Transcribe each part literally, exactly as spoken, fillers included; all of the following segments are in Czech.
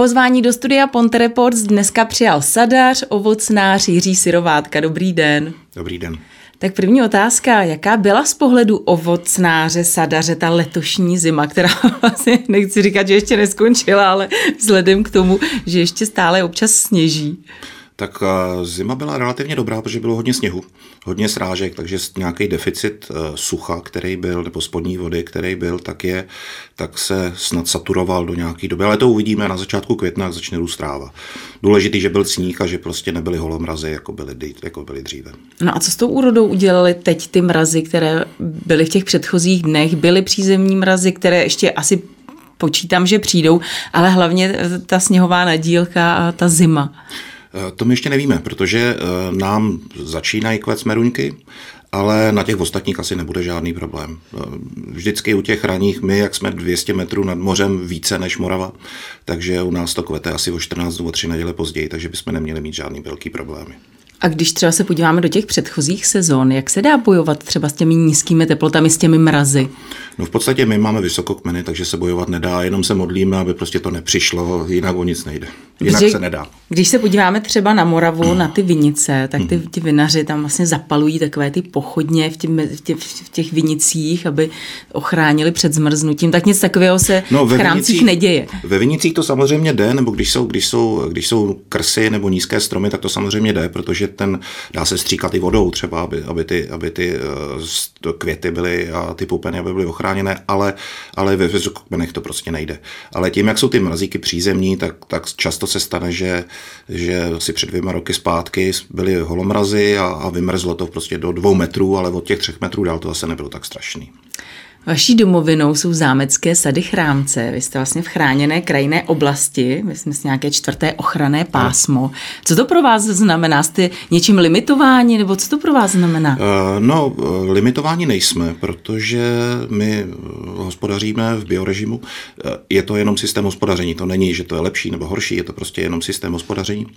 Pozvání do studia Ponte Reports dneska přijal sadař, ovocnář Jiří Syrovátka. Dobrý den. Dobrý den. Tak první otázka, jaká byla z pohledu ovocnáře, sadaře ta letošní zima, která vlastně nechci říkat, že ještě neskončila, ale vzhledem k tomu, že ještě stále občas sněží. Tak zima byla relativně dobrá, protože bylo hodně sněhu, hodně srážek, takže nějaký deficit sucha, který byl, nebo spodní vody, který byl, tak je, tak se snad saturoval do nějaké doby, ale to uvidíme na začátku května, jak začne růst tráva. Důležitý, že byl sníh a že prostě nebyly holomrazy, jako byly, jako byly dříve. No a co s tou úrodou udělali teď ty mrazy, které byly v těch předchozích dnech? Byly přízemní mrazy, které ještě asi počítám, že přijdou, ale hlavně ta sněhová nadílka a ta zima. To my ještě nevíme, protože nám začínají kvést meruňky, ale na těch ostatních asi nebude žádný problém. Vždycky u těch raních my, jak jsme dvě stě metrů nad mořem více než Morava, takže u nás to kvete asi o čtrnáct nebo tři neděle později, takže bychom neměli mít žádný velký problémy. A když třeba se podíváme do těch předchozích sezon, jak se dá bojovat třeba s těmi nízkými teplotami, s těmi mrazy? No v podstatě my máme vysokokmeny, takže se bojovat nedá, jenom se modlíme, aby prostě to nepřišlo, jinak o nic nejde. Jinak Když, se nedá. Když se podíváme třeba na Moravu, na ty vinice, tak ty, ty vinaři tam vlastně zapalují takové ty pochodně v, tím, v, těch, v těch vinicích, aby ochránili před zmrznutím. Tak nic takového se no, v chrámcích vinicích, neděje. Ve vinicích to samozřejmě jde, nebo když jsou, když jsou, když jsou krsy nebo nízké stromy, tak to samozřejmě jde, protože ten dá se stříkat i vodou třeba, aby, aby ty, aby ty uh, květy byly a ty pupeny aby byly ochráněné, ale, ale ve vysokokmenech to prostě nejde. Ale tím, jak jsou ty mrazíky přízemní, tak, tak často se stane, že, že si před dvěma roky zpátky byly holomrazy a, a vymrzlo to prostě do dvou metrů, ale od těch třech metrů dál to zase nebylo tak strašný. Vaší domovinou jsou zámecké sady Chrámce. Vy jste vlastně v chráněné krajinné oblasti, myslím si nějaké čtvrté ochranné pásmo. Co to pro vás znamená? Jste něčím limitováni, nebo co to pro vás znamená? No, limitování nejsme, protože my hospodaříme v biorežimu. Je to jenom systém hospodaření. To není, že to je lepší nebo horší, je to prostě jenom systém hospodaření.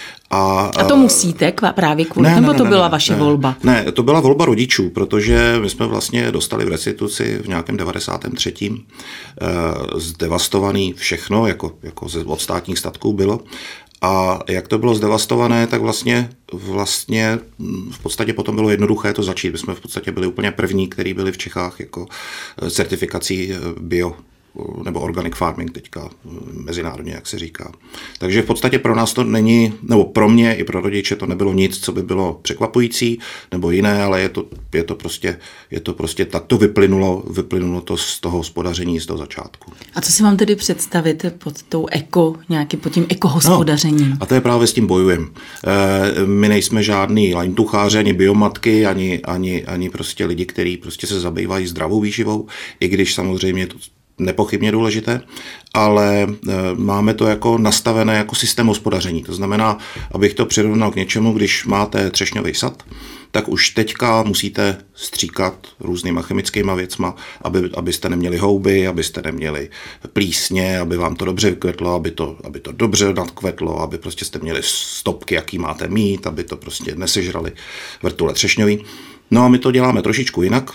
A, a to musíte právě kvůli, ne, nebo ne, to ne, byla ne, vaše ne, volba? Ne, to byla volba rodičů, protože my jsme vlastně dostali v restituci v nějakém devadesátém třetím Eh, zdevastovaný všechno, jako, jako od státních statků bylo. A jak to bylo zdevastované, tak vlastně, vlastně v podstatě potom bylo jednoduché to začít. My jsme v podstatě byli úplně první, který byli v Čechách jako certifikací bio nebo organic farming teďka mezinárodně, jak se říká. Takže v podstatě pro nás to není, nebo pro mě i pro rodiče to nebylo nic, co by bylo překvapující nebo jiné, ale je to, je to prostě, je to prostě tak to vyplynulo, vyplynulo to z toho hospodaření z toho začátku. A co si mám tedy představit pod tou eko, nějaký pod tím ekohospodařením? No, a to je právě s tím bojujem. E, my nejsme žádný lajntucháři, ani biomatky, ani, ani, ani prostě lidi, kteří prostě se zabývají zdravou výživou, i když samozřejmě to nepochybně důležité, ale e, máme to jako nastavené jako systém hospodaření. To znamená, abych to přirovnal k něčemu, když máte třešňový sad, tak už teďka musíte stříkat různýma chemickýma věcma, aby, abyste neměli houby, abyste neměli plísně, aby vám to dobře vykvetlo, aby to, aby to dobře nadkvetlo, aby prostě jste měli stopky, jaký máte mít, aby to prostě nesežrali vrtule třešňový. No a my to děláme trošičku jinak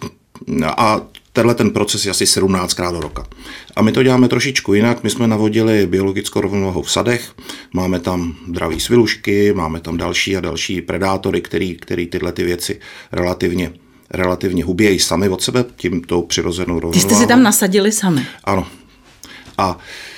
a tenhle ten proces je asi sedmnáctkrát do roka. A my to děláme trošičku jinak. My jsme navodili biologickou rovnováhu v sadech, máme tam draví svilušky, máme tam další a další predátory, který, který tyhle ty věci relativně, relativně hubějí sami od sebe, tím tou přirozenou rovnováhou. Ty jste si tam nasadili sami. Ano. A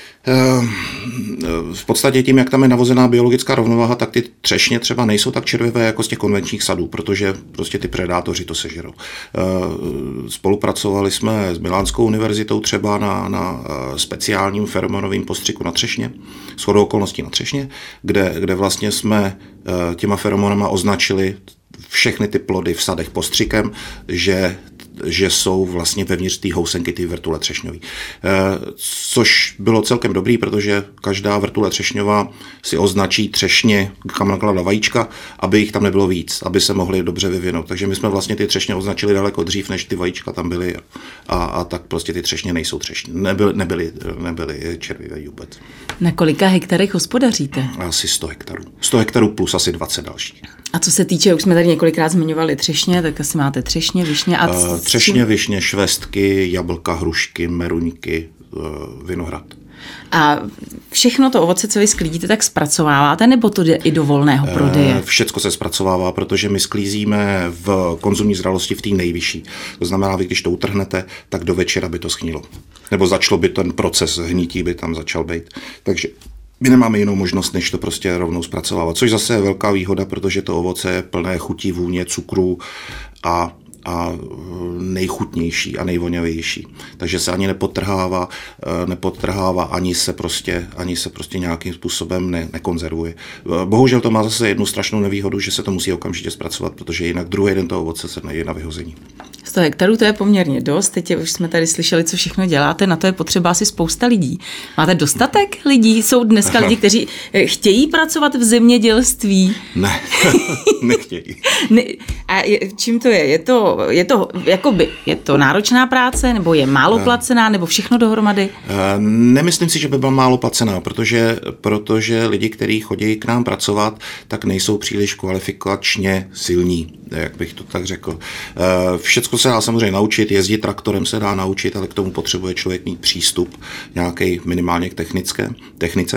v podstatě tím, jak tam je navozená biologická rovnováha, tak ty třešně třeba nejsou tak červivé jako z těch konvenčních sadů, protože prostě ty predátoři to sežerou. Spolupracovali jsme s Milánskou univerzitou třeba na, na speciálním feromonovým postřiku na třešně, shodou okolností na třešně, kde, kde vlastně jsme těma feromonama označili všechny ty plody v sadech postřikem, že že jsou vlastně vevnitř té housenky ty vrtule třešňový. E, což bylo celkem dobrý, protože každá vrtule třešňová si označí třešně, kam nakládá vajíčka, aby jich tam nebylo víc, aby se mohly dobře vyvinout. Takže my jsme vlastně ty třešně označili daleko dřív, než ty vajíčka tam byly a, a tak prostě ty třešně nejsou třešně. Nebyly, nebyly, nebyly červivé vůbec. Na kolika hektarech hospodaříte? Asi sto hektarů. sto hektarů plus asi dvacet dalších. A co se týče, už jsme tady několikrát zmiňovali třešně, tak asi máte třešně, višně a... Uh, třešně, višně, švestky, jablka, hrušky, meruňky, uh, vinohrad. A všechno to ovoce, co vy sklízíte, tak zpracováváte, nebo to jde i do volného prodeje? Všecko se zpracovává, protože my sklízíme v konzumní zralosti v té nejvyšší. To znamená, vy když to utrhnete, tak do večera by to schnilo. Nebo začalo by ten proces hnití by tam začal být. Takže my nemáme jinou možnost, než to prostě rovnou zpracovávat. Což zase je velká výhoda, protože to ovoce je plné chutí, vůně, cukru a a nejchutnější a nejvoňavější. Takže se ani nepodtrhává, nepodtrhává, ani se prostě, ani se prostě nějakým způsobem ne, nekonzervuje. Bohužel to má zase jednu strašnou nevýhodu, že se to musí okamžitě zpracovat, protože jinak druhý den toho ovoce se najde na vyhození. sto hektarů to je poměrně dost, teď už jsme tady slyšeli, co všechno děláte, na to je potřeba asi spousta lidí. Máte dostatek lidí? Jsou dneska lidi, kteří chtějí pracovat v zemědělství? Ne, nechtějí. Ne, a je, čím to je? Je to Je to, jakoby, je to náročná práce, nebo je málo placená, nebo všechno dohromady? Nemyslím si, že by byla málo placená, protože, protože lidi, kteří chodí k nám pracovat, tak nejsou příliš kvalifikačně silní, jak bych to tak řekl. Všecko se dá samozřejmě naučit, jezdit traktorem se dá naučit, ale k tomu potřebuje člověk mít přístup nějaký minimálně k technické, technice.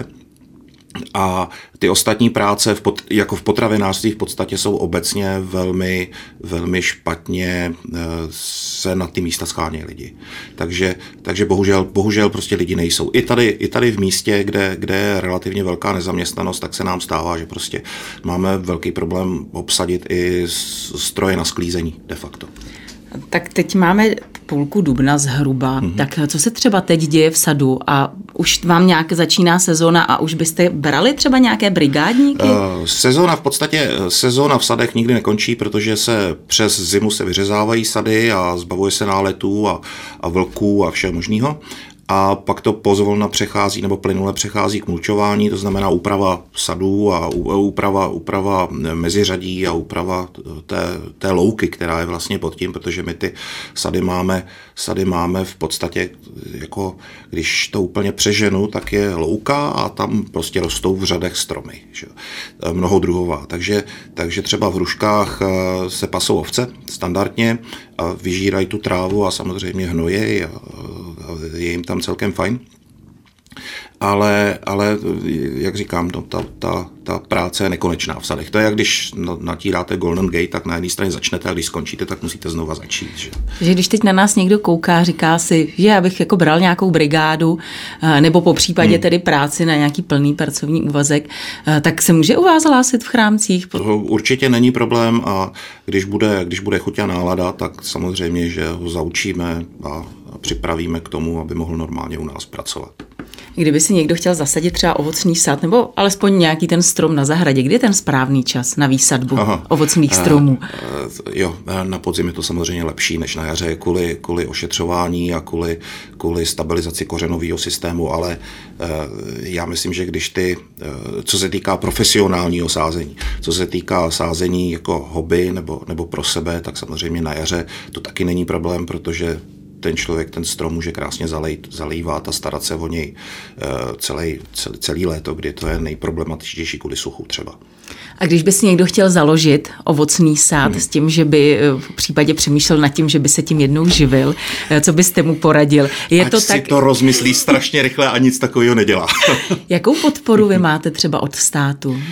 A ty ostatní práce v pot, jako v potravinářství v podstatě jsou obecně velmi, velmi špatně se na ty místa schánějí lidi. Takže, takže bohužel, bohužel prostě lidi nejsou. I tady, i tady v místě, kde, kde je relativně velká nezaměstnanost, tak se nám stává, že prostě máme velký problém obsadit i stroje na sklízení de facto. Tak teď máme půlku dubna zhruba, mm-hmm. tak co se třeba teď děje v sadu a už vám nějak začíná sezóna a už byste brali třeba nějaké brigádníky? Uh, sezóna v podstatě, sezóna v sadech nikdy nekončí, protože se přes zimu se vyřezávají sady a zbavuje se náletů a, a vlků a všeho možného. A pak to pozvolna přechází nebo plynule přechází k mulčování, to znamená úprava sadů a úprava, úprava meziřadí a úprava té, té louky, která je vlastně pod tím, protože my ty sady máme, sady máme v podstatě, jako když to úplně přeženu, tak je louka a tam prostě rostou v řadech stromy, že? Mnohodruhová. Takže, takže třeba v hruškách se pasou ovce standardně a vyžírají tu trávu a samozřejmě hnoje a je jim tam celkem fajn. Ale, ale jak říkám, no, ta, ta, ta práce je nekonečná v sadech. To je, jak když natíráte Golden Gate, tak na jedné straně začnete a když skončíte, tak musíte znova začít. Že, že když teď na nás někdo kouká, říká si, že já bych jako bral nějakou brigádu nebo po případě hmm. tedy práci na nějaký plný pracovní úvazek, tak se může u vás hlásit v Chrámcích? To určitě není problém a když bude, když bude chuť a nálada, tak samozřejmě, že ho zaučíme a připravíme k tomu, aby mohl normálně u nás pracovat. Kdyby si někdo chtěl zasadit třeba ovocný sad nebo alespoň nějaký ten strom na zahradě, kdy je ten správný čas na výsadbu Aha. ovocných stromů? E, jo, na podzim je to samozřejmě lepší než na jaře kvůli, kvůli ošetřování a kvůli, kvůli stabilizaci kořenového systému, ale e, já myslím, že když ty, e, co se týká profesionálního sázení, co se týká sázení jako hobby nebo, nebo pro sebe, tak samozřejmě na jaře to taky není problém, protože ten člověk ten strom může krásně zalejt, zalívat a starat se o něj celý, celý, celý léto, kdy to je nejproblematičtější kvůli suchu třeba. A když by si někdo chtěl založit ovocný sád hmm. s tím, že by v případě přemýšlel nad tím, že by se tím jednou živil, co byste mu poradil? Je Ať to si tak... to rozmyslí strašně rychle a nic takového nedělá. Jakou podporu vy máte třeba od státu? Uh,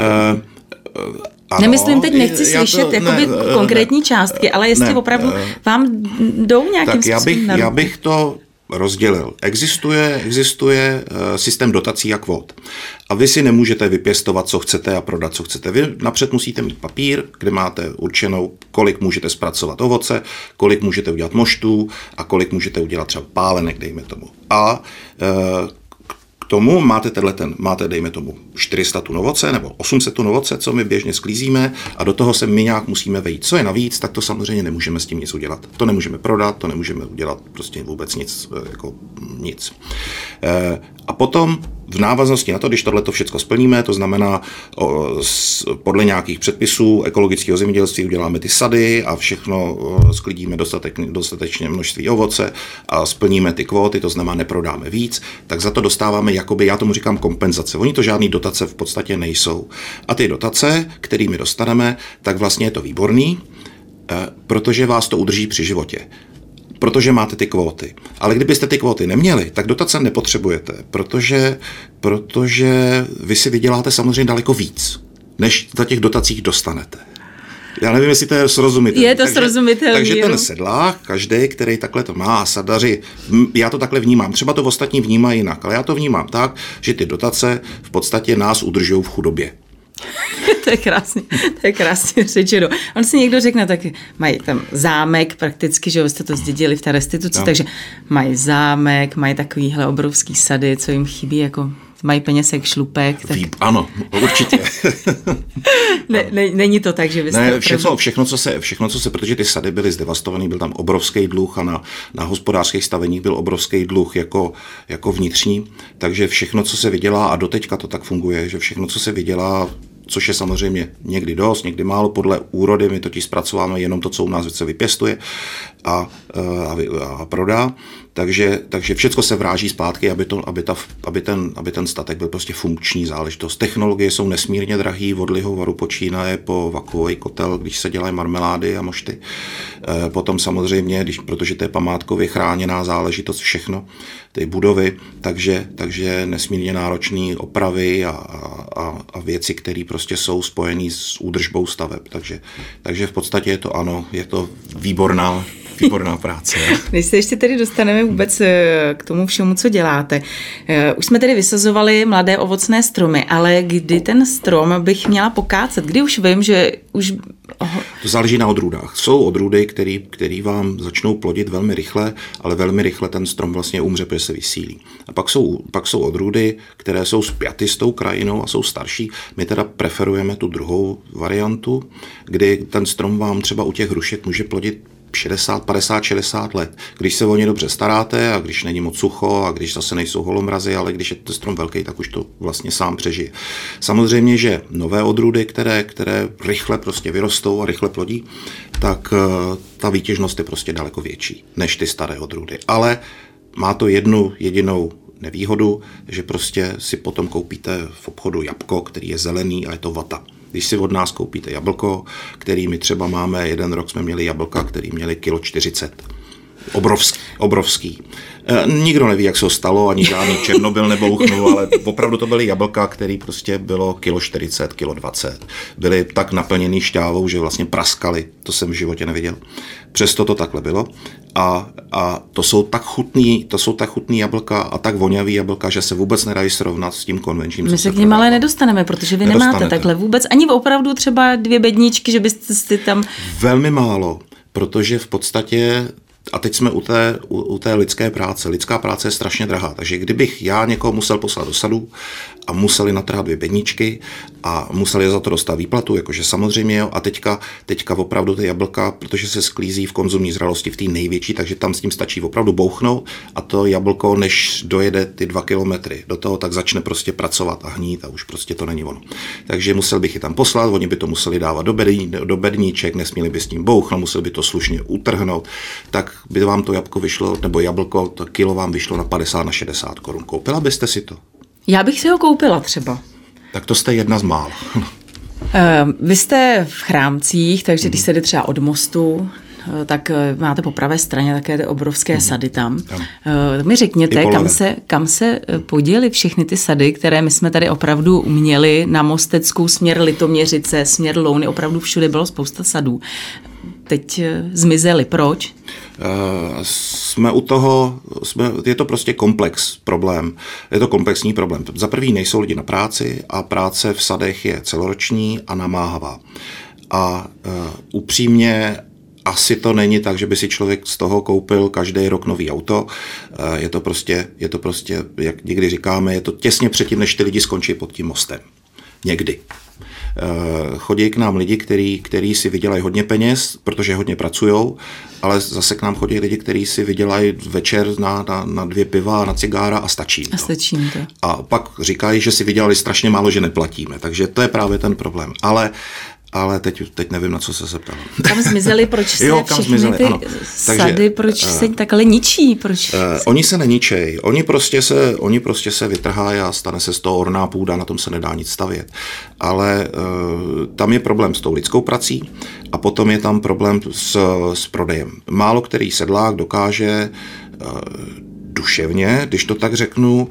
Ano, Nemyslím teď, nechci slyšet to, jakoby ne, konkrétní ne, částky, ale jestli ne, opravdu vám jdou nějakým tak já bych, já bych to rozdělil. Existuje, existuje systém dotací a kvót. A vy si nemůžete vypěstovat, co chcete a prodat, co chcete. Vy napřed musíte mít papír, kde máte určenou, kolik můžete zpracovat ovoce, kolik můžete udělat moštů a kolik můžete udělat třeba pálenek, dejme tomu. A e, k tomu máte tenhle ten, máte dejme tomu čtyři sta tun ovoce nebo osm set tun ovoce, co my běžně sklízíme a do toho se my nějak musíme vejít. Co je navíc, tak to samozřejmě nemůžeme s tím nic udělat. To nemůžeme prodat, to nemůžeme udělat prostě vůbec nic, jako nic. E, a potom v návaznosti na to, když tohleto všechno splníme, to znamená o, s, podle nějakých předpisů ekologického zemědělství uděláme ty sady a všechno o, sklidíme dostatek, dostatečně množství ovoce a splníme ty kvóty, to znamená neprodáme víc, tak za to dostáváme jakoby, já tomu říkám kompenzace. Oni to žádný dotace v podstatě nejsou. A ty dotace, kterými dostaneme, tak vlastně je to výborný, e, protože vás to udrží při životě. protože máte ty kvóty. Ale kdybyste ty kvóty neměli, tak dotace nepotřebujete, protože, protože vy si vyděláte samozřejmě daleko víc, než za těch dotacích dostanete. Já nevím, jestli to je srozumitelné. Je to srozumitelné. Takže ten sedlák, každý, který takhle to má, a sadaři, já to takhle vnímám. Třeba to ostatní vnímají jinak, ale já to vnímám tak, že ty dotace v podstatě nás udržují v chudobě. To je krásně, to je krásně řečeno. On si někdo řekne, tak mají tam zámek prakticky, že jste to zdědili v té restituci, no. Takže mají zámek, mají takovýhle obrovský sady, co jim chybí, jako mají penězek, šlupek. Tak... Ano, určitě. ne, ne, není to tak, že vy jste... Ne, všechno, všechno, co se, všechno, co se, protože ty sady byly zdevastovaný, byl tam obrovský dluh a na, na hospodářských staveních byl obrovský dluh jako, jako vnitřní, takže všechno, co se vydělá, a doteďka to tak funguje, že všechno, co se vydělá, což je samozřejmě někdy dost, někdy málo, podle úrody, my totiž zpracováme jenom to, co u nás se vypěstuje a, a, a prodá, takže, takže všechno se vráží zpátky, aby, to, aby, ta, aby, ten, aby ten statek byl prostě funkční záležitost. Technologie jsou nesmírně drahý, od lihovaru počínaje po vakuový kotel, když se dělají marmelády a mošty. E, potom samozřejmě, když, protože to je památkově chráněná záležitost, všechno, ty budovy, takže, takže nesmírně náročné opravy a, a, a věci, které prostě jsou spojené s údržbou staveb. Takže, takže v podstatě je to ano, je to výborná Výborná práce. Když se ještě tedy dostaneme vůbec k tomu všemu, co děláte. Už jsme tedy vysazovali mladé ovocné stromy, ale kdy ten strom bych měla pokácet? Kdy už vím, že už... To záleží na odrůdách. Jsou odrůdy, který, který vám začnou plodit velmi rychle, ale velmi rychle ten strom vlastně umře, protože se vysílí. A pak jsou, pak jsou odrůdy, které jsou spjaty s tou krajinou a jsou starší. My teda preferujeme tu druhou variantu, kdy ten strom vám třeba u těch hrušek může plodit šedesát, padesát, šedesát let. Když se o ně dobře staráte a když není moc sucho a když zase nejsou holomrazy, ale když je ten strom velký, tak už to vlastně sám přežije. Samozřejmě, že nové odrůdy, které, které rychle prostě vyrostou a rychle plodí, tak ta výtěžnost je prostě daleko větší než ty staré odrůdy. Ale má to jednu jedinou nevýhodu, že prostě si potom koupíte v obchodu jabko, který je zelený a je to vata. Když si od nás koupíte jablko, který my třeba máme, jeden rok jsme měli jablka, který měli kilo čtyřicet. Obrovský, obrovský. E, nikdo neví, jak se to stalo, ani žádný Černobyl nebouchnul, ale opravdu to byly jablka, který prostě bylo kilo čtyřicet, kilo dvacet. Byly tak naplněný šťávou, že vlastně praskali. To jsem v životě neviděl. Přesto to takhle bylo. A, a to jsou tak chutný, to jsou tak chutný jablka a tak voňavý jablka, že se vůbec nedají srovnat s tím konvenčním. My se k nim ale nedostaneme, protože vy nemáte takhle vůbec ani opravdu třeba dvě bedničky, že byste si tam... Velmi málo, protože v podstatě a teď jsme u té, u, u té lidské práce. Lidská práce je strašně drahá, takže kdybych já někoho musel poslat do sadu a museli natrhat dvě bedničky a museli za to dostat výplatu, jakože samozřejmě jo, a teďka, teďka opravdu ty jablka, protože se sklízí v konzumní zralosti v té největší, takže tam s tím stačí opravdu bouchnout a to jablko, než dojede ty dva kilometry do toho, tak začne prostě pracovat a hnít a už prostě to není ono. Takže musel bych je tam poslat, oni by to museli dávat do, bední, do bedníček, nesměli by s tím bouchnout, museli by to slušně utrhnout, tak by vám to jabko vyšlo, nebo jablko, to kilo vám vyšlo na padesát na šedesát korun. Koupila byste si to? Já bych si ho koupila třeba. Tak to jste jedna z mála. Uh, vy jste v Chrámcích, takže mm. když se jde třeba od mostu, tak máte po pravé straně také ty obrovské mm. sady tam. tam. Uh, mi řekněte, kam se, kam se poděly všechny ty sady, které my jsme tady opravdu měli na Mostecku, směr Litoměřice, směr Louny, opravdu všude bylo spousta sadů. Teď zmizely. Proč? Uh, jsme u toho, jsme, je to prostě komplex problém. Je to komplexní problém. Za prvý nejsou lidi na práci a práce v sadech je celoroční a namáhavá. A uh, upřímně asi to není tak, že by si člověk z toho koupil každý rok nový auto. Uh, je to prostě, je to prostě, jak někdy říkáme, je to těsně předtím, než ty lidi skončí pod tím mostem. Někdy. Chodí k nám lidi, který, který si vydělají hodně peněz, protože hodně pracujou, ale zase k nám chodí lidi, kteří si vydělají večer na, na, na dvě piva, na cigára a stačí jim to. A stačí jim to. A pak říkají, že si vydělali strašně málo, že neplatíme. Takže to je právě ten problém. Ale ale teď, teď nevím, na co se zeptal. Kam zmizeli, proč se jo, kam všechny zmizeli, ty ano. sady, Takže, proč uh, se takhle ničí? Proč uh, oni se neničejí, oni prostě se, oni prostě se vytrhají a stane se z toho orná půda, na tom se nedá nic stavět. Ale uh, tam je problém s tou lidskou prací a potom je tam problém s, s prodejem. Málo který sedlák dokáže uh, duševně, když to tak řeknu,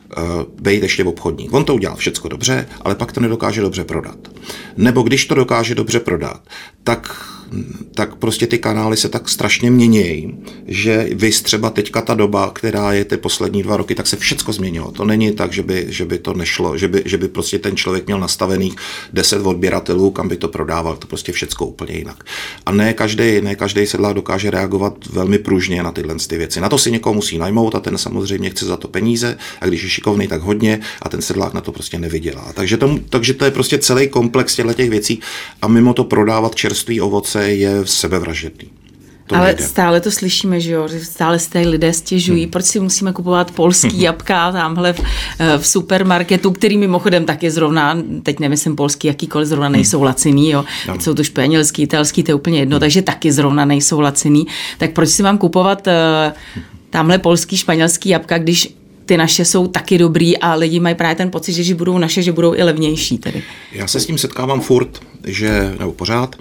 být ještě obchodník. On to udělá všecko dobře, ale pak to nedokáže dobře prodat. Nebo když to dokáže dobře prodat, tak, tak prostě ty kanály se tak strašně měnějí, že vys třeba teďka ta doba, která je ty poslední dva roky, tak se všecko změnilo. To není tak, že by, že by to nešlo, že by, že by prostě ten člověk měl nastavených deset odběratelů, kam by to prodával, to prostě všecko úplně jinak. A ne každý, ne každý sedlák dokáže reagovat velmi pružně na tyhle ty věci. Na to si někoho musí najmout a ten samozřejmě chce za to peníze a když je šikovný, tak hodně a ten sedlák na to prostě nevydělá. Takže, tomu, takže to je prostě celý komplex těch věcí a mimo to prodávat čerstvý ovoce je sebevražedný. To ale nejde. Stále to slyšíme, že jo, stále se tady lidé stěžují, hmm. proč si musíme kupovat polský jabka tamhle v, v supermarketu, který mimochodem taky zrovna, teď nemyslím polský, jakýkoliv zrovna nejsou hmm. laciný, jo, no. Jsou to španělský, italský, to je úplně jedno, hmm. takže taky zrovna nejsou laciný, tak proč si mám kupovat uh, tamhle polský, španělský jabka, když ty naše jsou taky dobrý a lidi mají právě ten pocit, že, že budou naše, že budou i levnější tedy. Já se s tím setkávám furt, že, nebo pořád,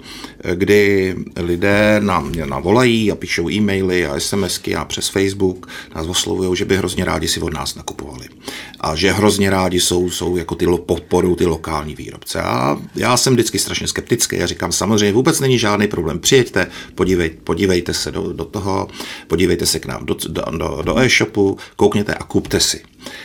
kdy lidé nám navolají a píšou e-maily a SMSky a přes Facebook nás oslovují, že by hrozně rádi si od nás nakupovali. A že hrozně rádi jsou, jsou jako ty podporou ty lokální výrobce. A já jsem vždycky strašně skeptický a říkám, samozřejmě vůbec není žádný problém. Přijeďte, podívej, podívejte se do, do toho, podívejte se k nám do, do, do, do e-shopu, koukněte a kupte si.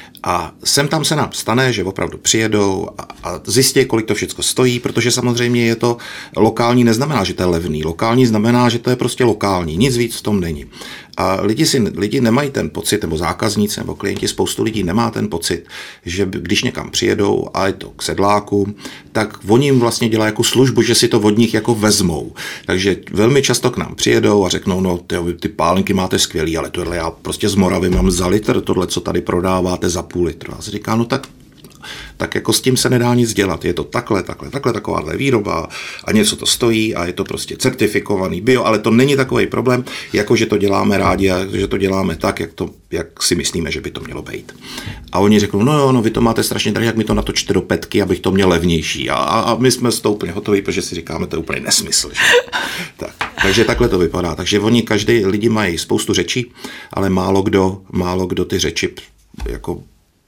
A sem tam se nám stane, že opravdu přijedou a, a zjistí, kolik to všechno stojí, protože samozřejmě je to lokální, neznamená, že to je levný. Lokální znamená, že to je prostě lokální, nic víc v tom není. A lidi, si, lidi nemají ten pocit, nebo zákazníci, nebo klienti, spoustu lidí nemá ten pocit, že když někam přijedou a je to k sedláku, tak oni jim vlastně dělají jako službu, že si to od nich jako vezmou. Takže velmi často k nám přijedou a řeknou, no ty, ty pálenky máte skvělý, ale tohle já prostě z Moravy mám za litr, tohle, co tady prodáváte za půl litru. A se říká, no tak tak jako s tím se nedá nic dělat. Je to takhle, takhle, takhle, takováhle výroba a něco to stojí a je to prostě certifikovaný bio, ale to není takový problém, jako že to děláme rádi a že to děláme tak, jak, to, jak si myslíme, že by to mělo být. A oni řeknou, no jo, no vy to máte strašně drahé, jak mi to natočte do petky, abych to měl levnější. A, a my jsme z toho úplně hotoví, protože si říkáme, to je úplně nesmysl. Že? Tak, takže takhle to vypadá. Takže oni, každý, lidi mají spoustu řečí, ale málo kdo, málo kdo ty řeči jako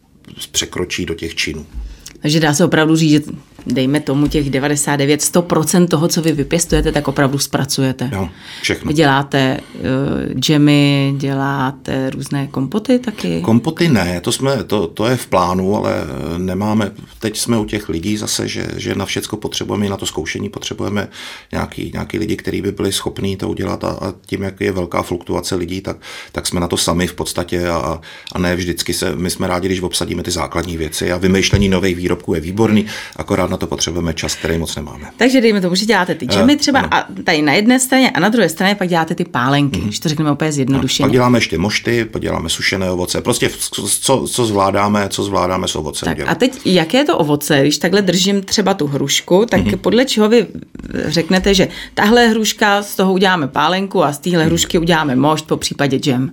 překročí do těch činů. Takže dá se opravdu říct, že dejme tomu těch devadesát devět sto procent toho, co vy vypěstujete, tak opravdu zpracujete. Jo, všechno. Vy děláte uh, džemy, děláte různé kompoty taky? Kompoty ne, to, jsme, to, to je v plánu, ale nemáme, teď jsme u těch lidí zase, že, že na všecko potřebujeme, na to zkoušení potřebujeme nějaký, nějaký lidi, kteří by byli schopní to udělat a, a tím, jak je velká fluktuace lidí, tak, tak jsme na to sami v podstatě a, a ne vždycky se, my jsme rádi, když obsadíme ty základní věci a vymýšlení nových výrobků je výborný, akorát na to potřebujeme čas, který moc nemáme. Takže dejme tomu, že děláte ty džemy třeba uh, a tady na jedné straně a na druhé straně pak děláte ty pálenky, mm. když to řekneme úplně zjednodušeně. No, pak děláme ještě mošty, pak děláme sušené ovoce, prostě co, co zvládáme, co zvládáme s ovocem. Tak dělat. a teď, jaké je to ovoce? Když takhle držím třeba tu hrušku, tak mm. podle čeho vy řeknete, že tahle hruška, z toho uděláme pálenku a z téhle mm. hrušky uděláme mošt, po případě džem?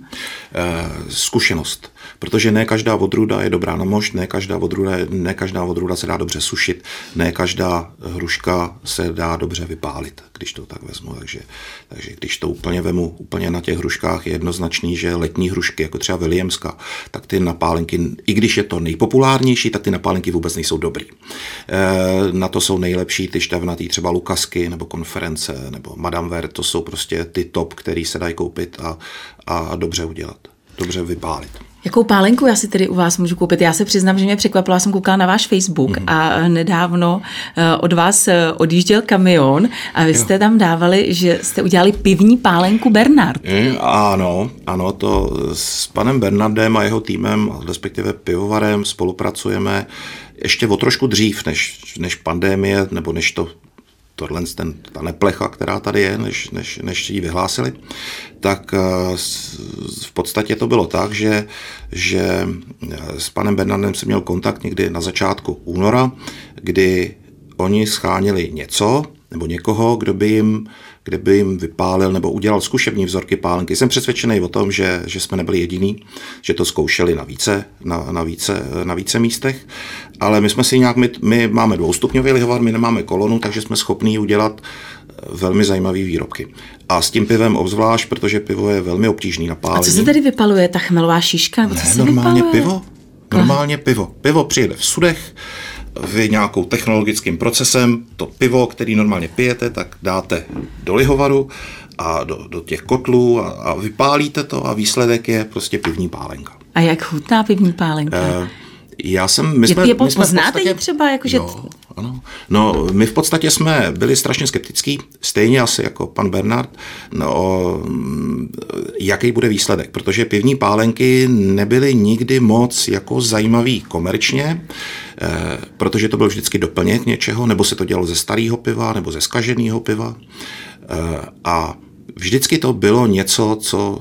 Uh, zkušenost. Protože ne každá odrůda je dobrá na mošt, ne každá odrůda, ne každá odrůda se dá dobře sušit, ne každá hruška se dá dobře vypálit, když to tak vezmu. Takže, takže když to úplně vemu, úplně na těch hruškách je jednoznačný, že letní hrušky, jako třeba Williamska, tak ty napálenky, i když je to nejpopulárnější, tak ty napálenky vůbec nejsou dobrý. E, na to jsou nejlepší ty štavnatý třeba Lukasky, nebo Konference, nebo Madame Vert, to jsou prostě ty top, který se dají koupit a, a dobře udělat, dobře vypálit. Jakou pálenku já si tedy u vás můžu koupit? Já se přiznám, že mě překvapilo, já jsem koukala na váš Facebook mm-hmm. a nedávno od vás odjížděl kamion a vy jste jo. tam dávali, že jste udělali pivní pálenku Bernard. Je, ano, ano, to s panem Bernardem a jeho týmem, respektive pivovarem spolupracujeme ještě o trošku dřív, než, než pandemie, nebo než to tohle, ten, ta neplecha, která tady je, než, než, než ji vyhlásili, tak v podstatě to bylo tak, že, že s panem Bernardem jsem měl kontakt někdy na začátku února, kdy oni scháněli něco nebo někoho, kdo by jim, kdo by jim vypálil nebo udělal zkušební vzorky pálenky. Jsem přesvědčený o tom, že, že jsme nebyli jediní, že to zkoušeli na více, na, na více, na více místech, ale my jsme si nějak, my, my máme dvoustupňový lihovar, my nemáme kolonu, takže jsme schopní udělat velmi zajímavé výrobky. A s tím pivem obzvlášť, protože pivo je velmi obtížný na pálení. A co se tady vypaluje, ta chmelová šiška? Nebo co ne, se normálně vypaluje? pivo. Normálně pivo. Pivo přijede v sudech, vy nějakou technologickým procesem, to pivo, který normálně pijete, tak dáte do lihovaru a do, do těch kotlů a, a vypálíte to a výsledek je prostě pivní pálenka. A jak chutná pivní pálenka? E, já jsem... My jsme, je, je po, my jsme poznáte podstatě, ji třeba? Jakože... Jo, ano. No, my v podstatě jsme byli strašně skeptický, stejně asi jako pan Bernard, no, jaký bude výsledek, protože pivní pálenky nebyly nikdy moc jako zajímavý komerčně, eh, protože to byl vždycky doplněk něčeho, nebo se to dělalo ze starého piva, nebo ze zkaženého piva. Eh, a vždycky to bylo něco, co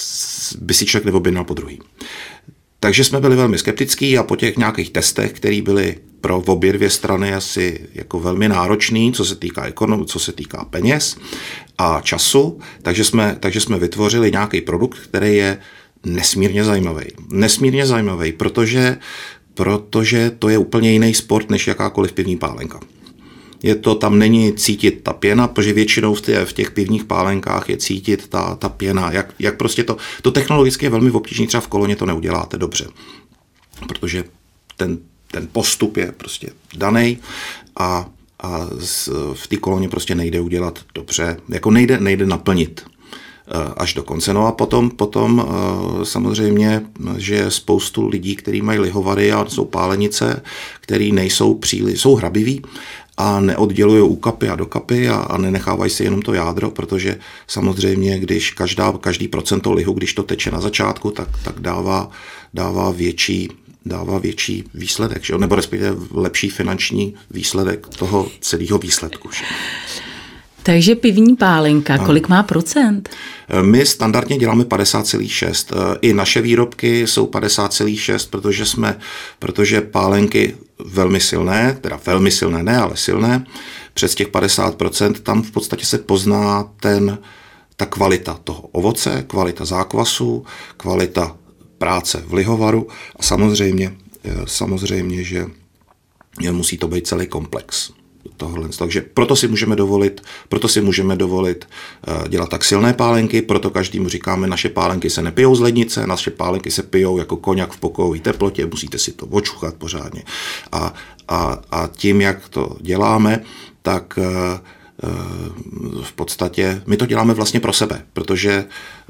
by si člověk neobjednal po druhý. Takže jsme byli velmi skeptický a po těch nějakých testech, které byly pro obě dvě strany asi jako velmi náročný, co se týká ekonom, co se týká peněz a času, takže jsme, takže jsme vytvořili nějaký produkt, který je nesmírně zajímavý. Nesmírně zajímavý, protože, protože to je úplně jiný sport, než jakákoliv pivní pálenka. Je to, tam není cítit ta pěna, protože většinou v, tě, v těch pivních pálenkách je cítit ta, ta pěna. Jak, jak prostě to, to technologicky je velmi obtížné, třeba v koloně to neuděláte dobře, protože ten, ten postup je prostě daný a, a z, v té koloně prostě nejde udělat dobře, jako nejde, nejde naplnit až do konce. No a potom, potom samozřejmě, že je spoustu lidí, kteří mají lihovary a jsou pálenice, který nejsou příliš, jsou hrabiví a neoddělují úkapy a dokapy a, a nenechávají si jenom to jádro, protože samozřejmě, když každá, každý procento lihu, když to teče na začátku, tak, tak dává, dává větší dává větší výsledek, že? Nebo respektive lepší finanční výsledek toho celého výsledku. Že? Takže pivní pálenka, kolik má procent? My standardně děláme padesát celá šest. I naše výrobky jsou padesát celá šest, protože jsme, protože pálenky velmi silné, teda velmi silné ne, ale silné, přes těch padesát procent, tam v podstatě se pozná ten, ta kvalita toho ovoce, kvalita zákvasu, kvalita práce v lihovaru a samozřejmě, samozřejmě, že musí to být celý komplex. Tohle. Takže proto si můžeme dovolit, proto si můžeme dovolit uh, dělat tak silné pálenky, proto každému říkáme, naše pálenky se nepijou z lednice, naše pálenky se pijou jako koněk v pokojové teplotě, musíte si to očuchat pořádně. A, a, a tím, jak to děláme, tak uh, v podstatě my to děláme vlastně pro sebe, protože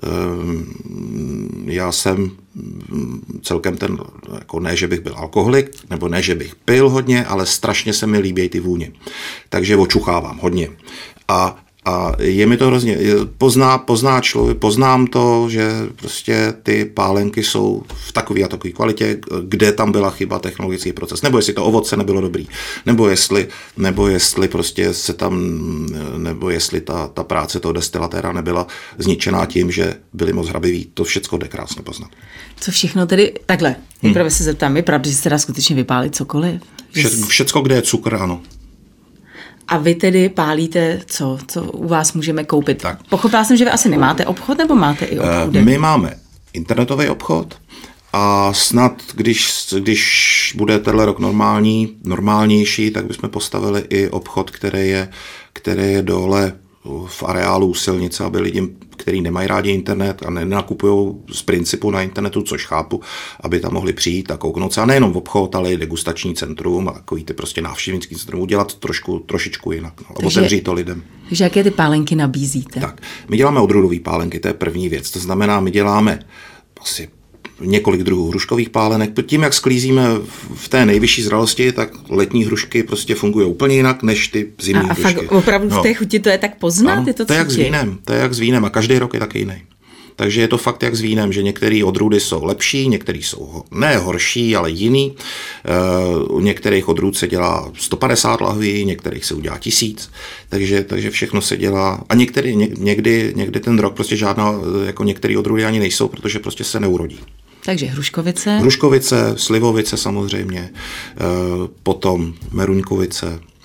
já jsem celkem ten, jako ne, že bych byl alkoholik, nebo ne, že bych pil hodně, ale strašně se mi líbí ty vůně. Takže očuchávám hodně. A A je mi to hrozně, pozná, pozná člověk, poznám to, že prostě ty pálenky jsou v takové a takové kvalitě, kde tam byla chyba, technologický proces, nebo jestli to ovoce nebylo dobrý, nebo jestli, nebo jestli prostě se tam, nebo jestli ta, ta práce toho destilatéra nebyla zničená tím, že byli moc hrabiví, to všecko jde krásně poznat. Co všechno tedy, takhle, nejprve hmm. se zeptám, je pravda, že se dá skutečně vypálit cokoliv? Vše, všecko, kde je cukr, ano. A vy tedy pálíte co? Co u vás můžeme koupit? Tak. Pochopila jsem, že vy asi nemáte obchod, nebo máte i obchod? My máme internetový obchod a snad, když, když bude tenhle rok normální, normálnější, tak bychom postavili i obchod, který je, který je dole v areálu silnice, aby lidi, kteří nemají rádi internet a nenakupují z principu na internetu, což chápu, aby tam mohli přijít a kouknout se. A nejenom v obchod, ale i degustační centrum a takový ty prostě návštěvnický centrum, udělat trošku, trošičku jinak. No, a otevřít to lidem. Takže jaké ty pálenky nabízíte? Tak, my děláme odrůdové pálenky, to je první věc. To znamená, my děláme asi několik druhů hruškových pálenek. Tím, jak sklízíme v té nejvyšší zralosti, tak letní hrušky prostě fungují úplně jinak, než ty zimní a, a hrušky. A fakt opravdu no. v té chuti to je tak poznat? Ano, je to, to je jak s vínem, to je jak s vínem a každý rok je taky jiný. Takže je to fakt jak s vínem, že některé odrůdy jsou lepší, některé jsou ne horší, ale jiný. U některých odrůd se dělá sto padesát lahví, některých se udělá tisíc, takže, takže všechno se dělá. A některý, někdy, někdy ten rok prostě žádná, jako některé odrůdy ani nejsou, protože prostě se neurodí. Takže hruškovice. Hruškovice, slivovice samozřejmě, potom meruňkovice,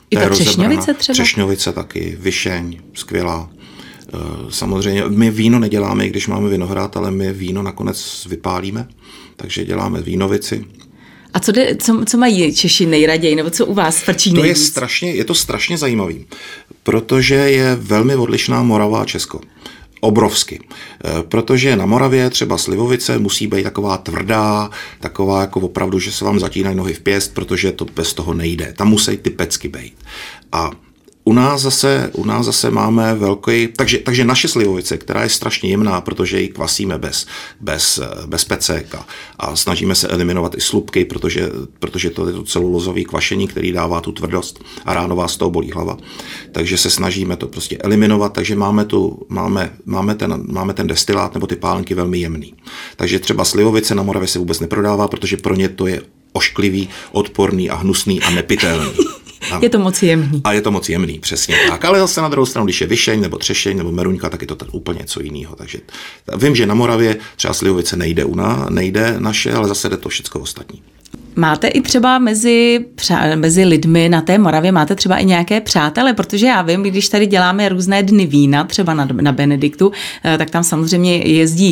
I ta Třešňovice třeba? Třešňovice taky, Vyšeň, skvělá. Samozřejmě my víno neděláme, i když máme vinohrad, ale my víno nakonec vypálíme, takže děláme vínovici. A co, de, co, co mají Češi nejraději, nebo co u vás frčí nejvíc? To je strašně, je to strašně zajímavý, protože je velmi odlišná Morava a Česko. Obrovsky. Protože na Moravě třeba slivovice musí být taková tvrdá, taková jako opravdu, že se vám zatínají nohy v pěst, protože to bez toho nejde. Tam musí ty pecky být. A U nás zase, u nás zase máme velký, takže, takže naše slivovice, která je strašně jemná, protože ji kvasíme bez, bez, bez pecek a, a snažíme se eliminovat i slupky, protože, protože to je to celulozový kvašení, který dává tu tvrdost a ráno vás z toho bolí hlava. Takže se snažíme to prostě eliminovat, takže máme, tu, máme, máme, ten, máme ten destilát nebo ty pálenky velmi jemný. Takže třeba slivovice na Moravě se vůbec neprodává, protože pro ně to je ošklivý, odporný a hnusný a nepitelný. A je to moc jemný. A je to moc jemný, přesně tak. Ale zase na druhou stranu, když je Vyšeň nebo Třešeň nebo Meruňka, tak je to tak úplně něco jiného. Takže vím, že na Moravě třeba slivovice nejde u nás, nejde naše, ale zase jde to všechno ostatní. Máte i třeba mezi, mezi lidmi na té Moravě, máte třeba i nějaké přátele, protože já vím, když tady děláme různé dny vína, třeba na, na Benediktu, tak tam samozřejmě jezdí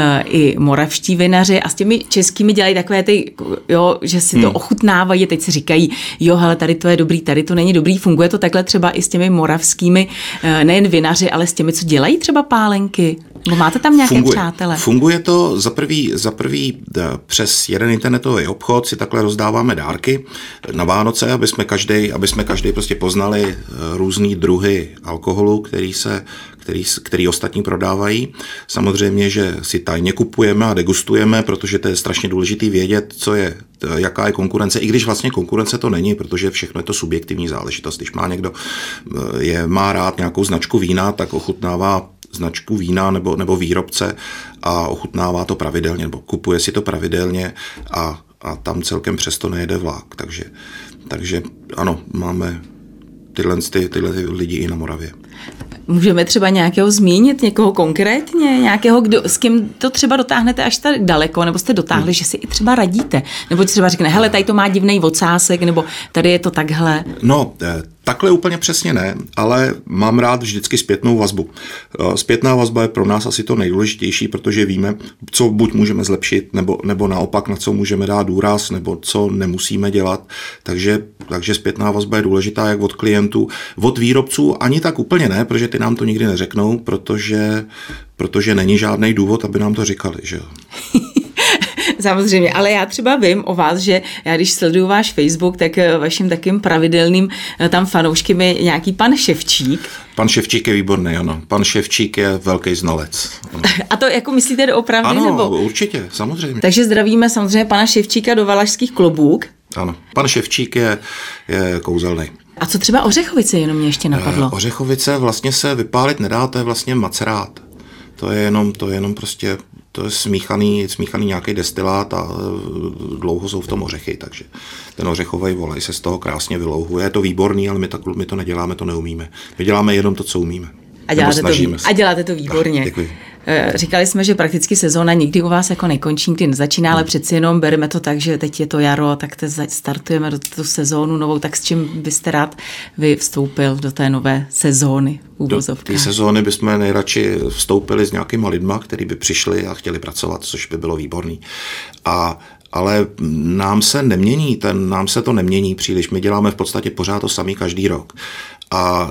i moravští vinaři a s těmi českými dělají takové ty, jo, že si to hmm. ochutnávají, teď si říkají, jo, hele, tady to je dobrý, tady to není dobrý, funguje to takhle třeba i s těmi moravskými, nejen vinaři, ale s těmi, co dělají třeba pálenky? Nebo máte tam nějaké funguje, přátele? Funguje to za prvý, za prvý přes jeden internetový obchod si takhle rozdáváme dárky na Vánoce, aby jsme každý, aby jsme každý prostě poznali různý druhy alkoholu, který se, který, který ostatní prodávají. Samozřejmě, že si tajně kupujeme a degustujeme, protože to je strašně důležitý vědět, co je, jaká je konkurence, i když vlastně konkurence to není, protože všechno je to subjektivní záležitost. Když má někdo je, má rád nějakou značku vína, tak ochutnává značku vína nebo, nebo výrobce a ochutnává to pravidelně, nebo kupuje si to pravidelně a, a tam celkem přesto nejede vlak. Takže, takže ano, máme tyhle, ty, tyhle ty lidi i na Moravě. Můžeme třeba nějakého zmínit, někoho konkrétně, nějakého, kdo, s kým to třeba dotáhnete až tak daleko, nebo jste dotáhli, hmm. že si i třeba radíte, nebo třeba řekne, hele, tady to má divnej ocásek, nebo tady je to takhle. No, takhle úplně přesně ne, ale mám rád vždycky zpětnou vazbu. Zpětná vazba je pro nás asi to nejdůležitější, protože víme, co buď můžeme zlepšit, nebo, nebo naopak, na co můžeme dát důraz, nebo co nemusíme dělat. Takže, takže zpětná vazba je důležitá jak od klientů, od výrobců ani tak úplně ne, protože ty nám to nikdy neřeknou, protože, protože není žádný důvod, aby nám to říkali, že jo. Samozřejmě, ale já třeba vím o vás, že já když sleduju váš Facebook, tak vaším takým pravidelným tam fanouškem je nějaký pan Ševčík. Pan Ševčík je výborný, ano. Pan Ševčík je velký znalec. Ano. A to jako myslíte doopravdy? Ano, nebo? určitě, samozřejmě. Takže zdravíme samozřejmě pana Ševčíka do Valašských Klobůk. Ano, pan Ševčík je, je kouzelný. A co třeba Ořechovice, jenom mě ještě napadlo? Ořechovice vlastně se vypálit nedá, to je vlastně macerát. To je jenom, to je jenom prostě, to je smíchaný, smíchaný nějaký destilát a dlouho jsou v tom ořechy, takže ten ořechový volej se z toho krásně vylouhuje. Je to výborný, ale my, tak, my to neděláme, to neumíme. My děláme jenom to, co umíme. A děláte, to, a děláte to výborně. No, děkuji. Říkali jsme, že prakticky sezóna nikdy u vás jako nekončí, nikdy nezačíná, ale přeci jenom bereme to tak, že teď je to jaro, tak te startujeme do tu sezónu novou, tak s čím byste rád vy vstoupil do té nové sezóny? Do té sezóny bychom nejradši vstoupili s nějakýma lidma, kteří by přišli a chtěli pracovat, což by bylo výborný. A ale nám se nemění, ten, nám se to nemění příliš. My děláme v podstatě pořád to samý každý rok. A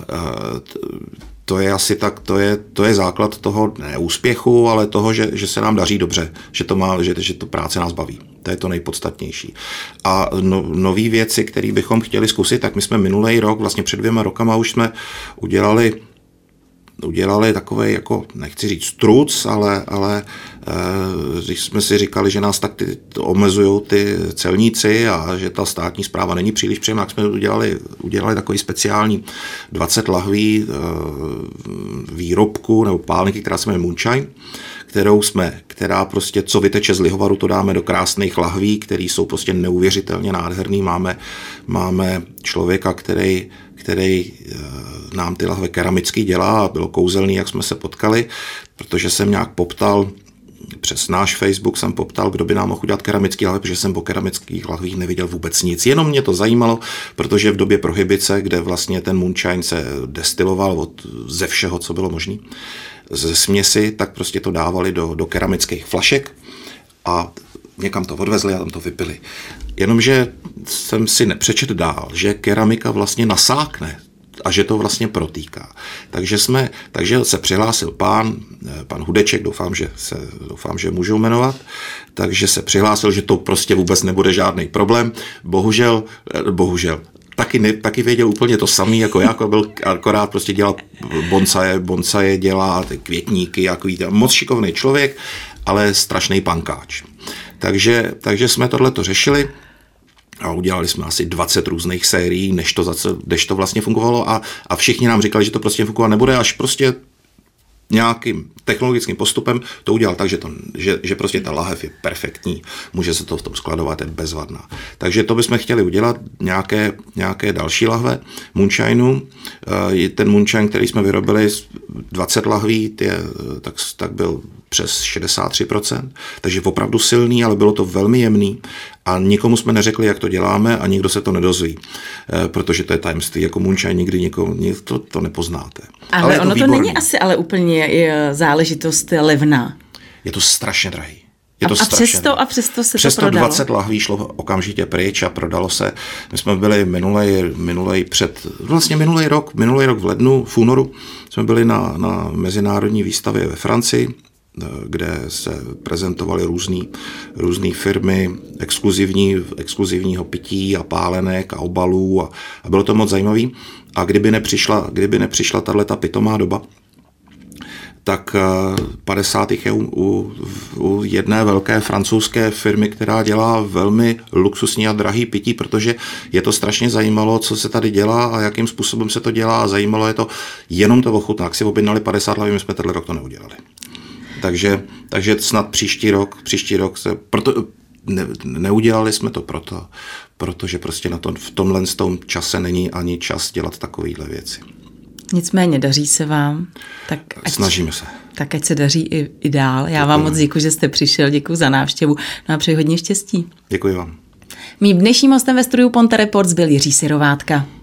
to je asi tak, to je, to je základ toho neúspěchu, ale toho, že, že se nám daří dobře, že to, má, že, že to práce nás baví. To je to nejpodstatnější. A no, nové věci, které bychom chtěli zkusit, tak my jsme minulý rok, vlastně před dvěma rokama už jsme udělali udělali takovej, jako, nechci říct struc, ale, ale když jsme si říkali, že nás tak ty, omezují ty celníci a že ta státní správa není příliš příjemná, tak jsme udělali, udělali takový speciální dvacet lahví výrobku nebo pálniky, která se jmenuje Moonshine, kterou jsme, která prostě, co vyteče z lihovaru, to dáme do krásných lahví, které jsou prostě neuvěřitelně nádherný. Máme, máme člověka, který, který nám ty lahve keramicky dělá a bylo kouzelný, jak jsme se potkali, protože jsem nějak poptal přes náš Facebook jsem poptal, kdo by nám mohl udělat keramický lahve, protože jsem po keramických lahvích neviděl vůbec nic. Jenom mě to zajímalo, protože v době prohibice, kde vlastně ten moonshine se destiloval od, ze všeho, co bylo možné, ze směsi, tak prostě to dávali do, do keramických flašek a někam to odvezli a tam to vypili. Jenomže jsem si nepřečet dál, že keramika vlastně nasákne a že to vlastně protýká. Takže, jsme, takže se přihlásil pán, pan Hudeček, doufám, že se, doufám, že můžu jmenovat, takže se přihlásil, že to prostě vůbec nebude žádný problém. Bohužel, bohužel, taky, ne, taky věděl úplně to samý, jako já, jako byl, akorát prostě dělal bonsaje, bonsaje dělá, ty květníky, jako moc šikovný člověk, ale strašný pankáč. Takže, takže jsme tohleto řešili a udělali jsme asi dvacet různých sérií, než to, než to vlastně fungovalo a, a všichni nám říkali, že to prostě fungovat nebude, až prostě nějakým technologickým postupem to udělal tak, že, to, že, že prostě ta lahev je perfektní, může se to v tom skladovat, je bezvadná. Takže to bychom chtěli udělat, nějaké, nějaké další lahve moonshineu. Ten moonshine, který jsme vyrobili, dvacet lahví, je, tak, tak byl přes šedesát tři procent, takže opravdu silný, ale bylo to velmi jemný a nikomu jsme neřekli, jak to děláme a nikdo se to nedozví, protože to je tajemství, jako moonshine nikdy nikomu, to, to nepoznáte. Ale, ale ono to, to není asi ale úplně záležitost levná. Je to strašně drahý. Je to a, a, přesto, a přesto se přesto to prodalo. dvacet lahví šlo okamžitě pryč a prodalo se. My jsme byli minulej, minulej před, vlastně minulej rok, minulej rok v lednu, v únoru, jsme byli na, na mezinárodní výstavě ve Francii, kde se prezentovaly různý, různý firmy exkluzivní, exkluzivního pití a pálenek a obalů a, a bylo to moc zajímavý. A kdyby nepřišla, kdyby nepřišla tato pitomá doba, tak padesátých je u, u, u jedné velké francouzské firmy, která dělá velmi luxusní a drahý pití, protože je to strašně zajímalo, co se tady dělá a jakým způsobem se to dělá a zajímalo je to, jenom to ochutná. Jak si objednali padesát hlavy, my jsme tenhle rok to neudělali. Takže, takže snad příští rok, příští rok se, proto, ne, neudělali jsme to proto, protože prostě na to, v tomhle tom čase není ani čas dělat takovéhle věci. Nicméně daří se vám. Tak ať, snažíme se. Tak ať se daří i, i dál. Já děkuji vám moc děkuji, že jste přišel, děkuji za návštěvu. No a přeji hodně štěstí. Děkuji vám. Mým dnešním hostem ve studiu Ponte Reports byl Jiří Syrovátka.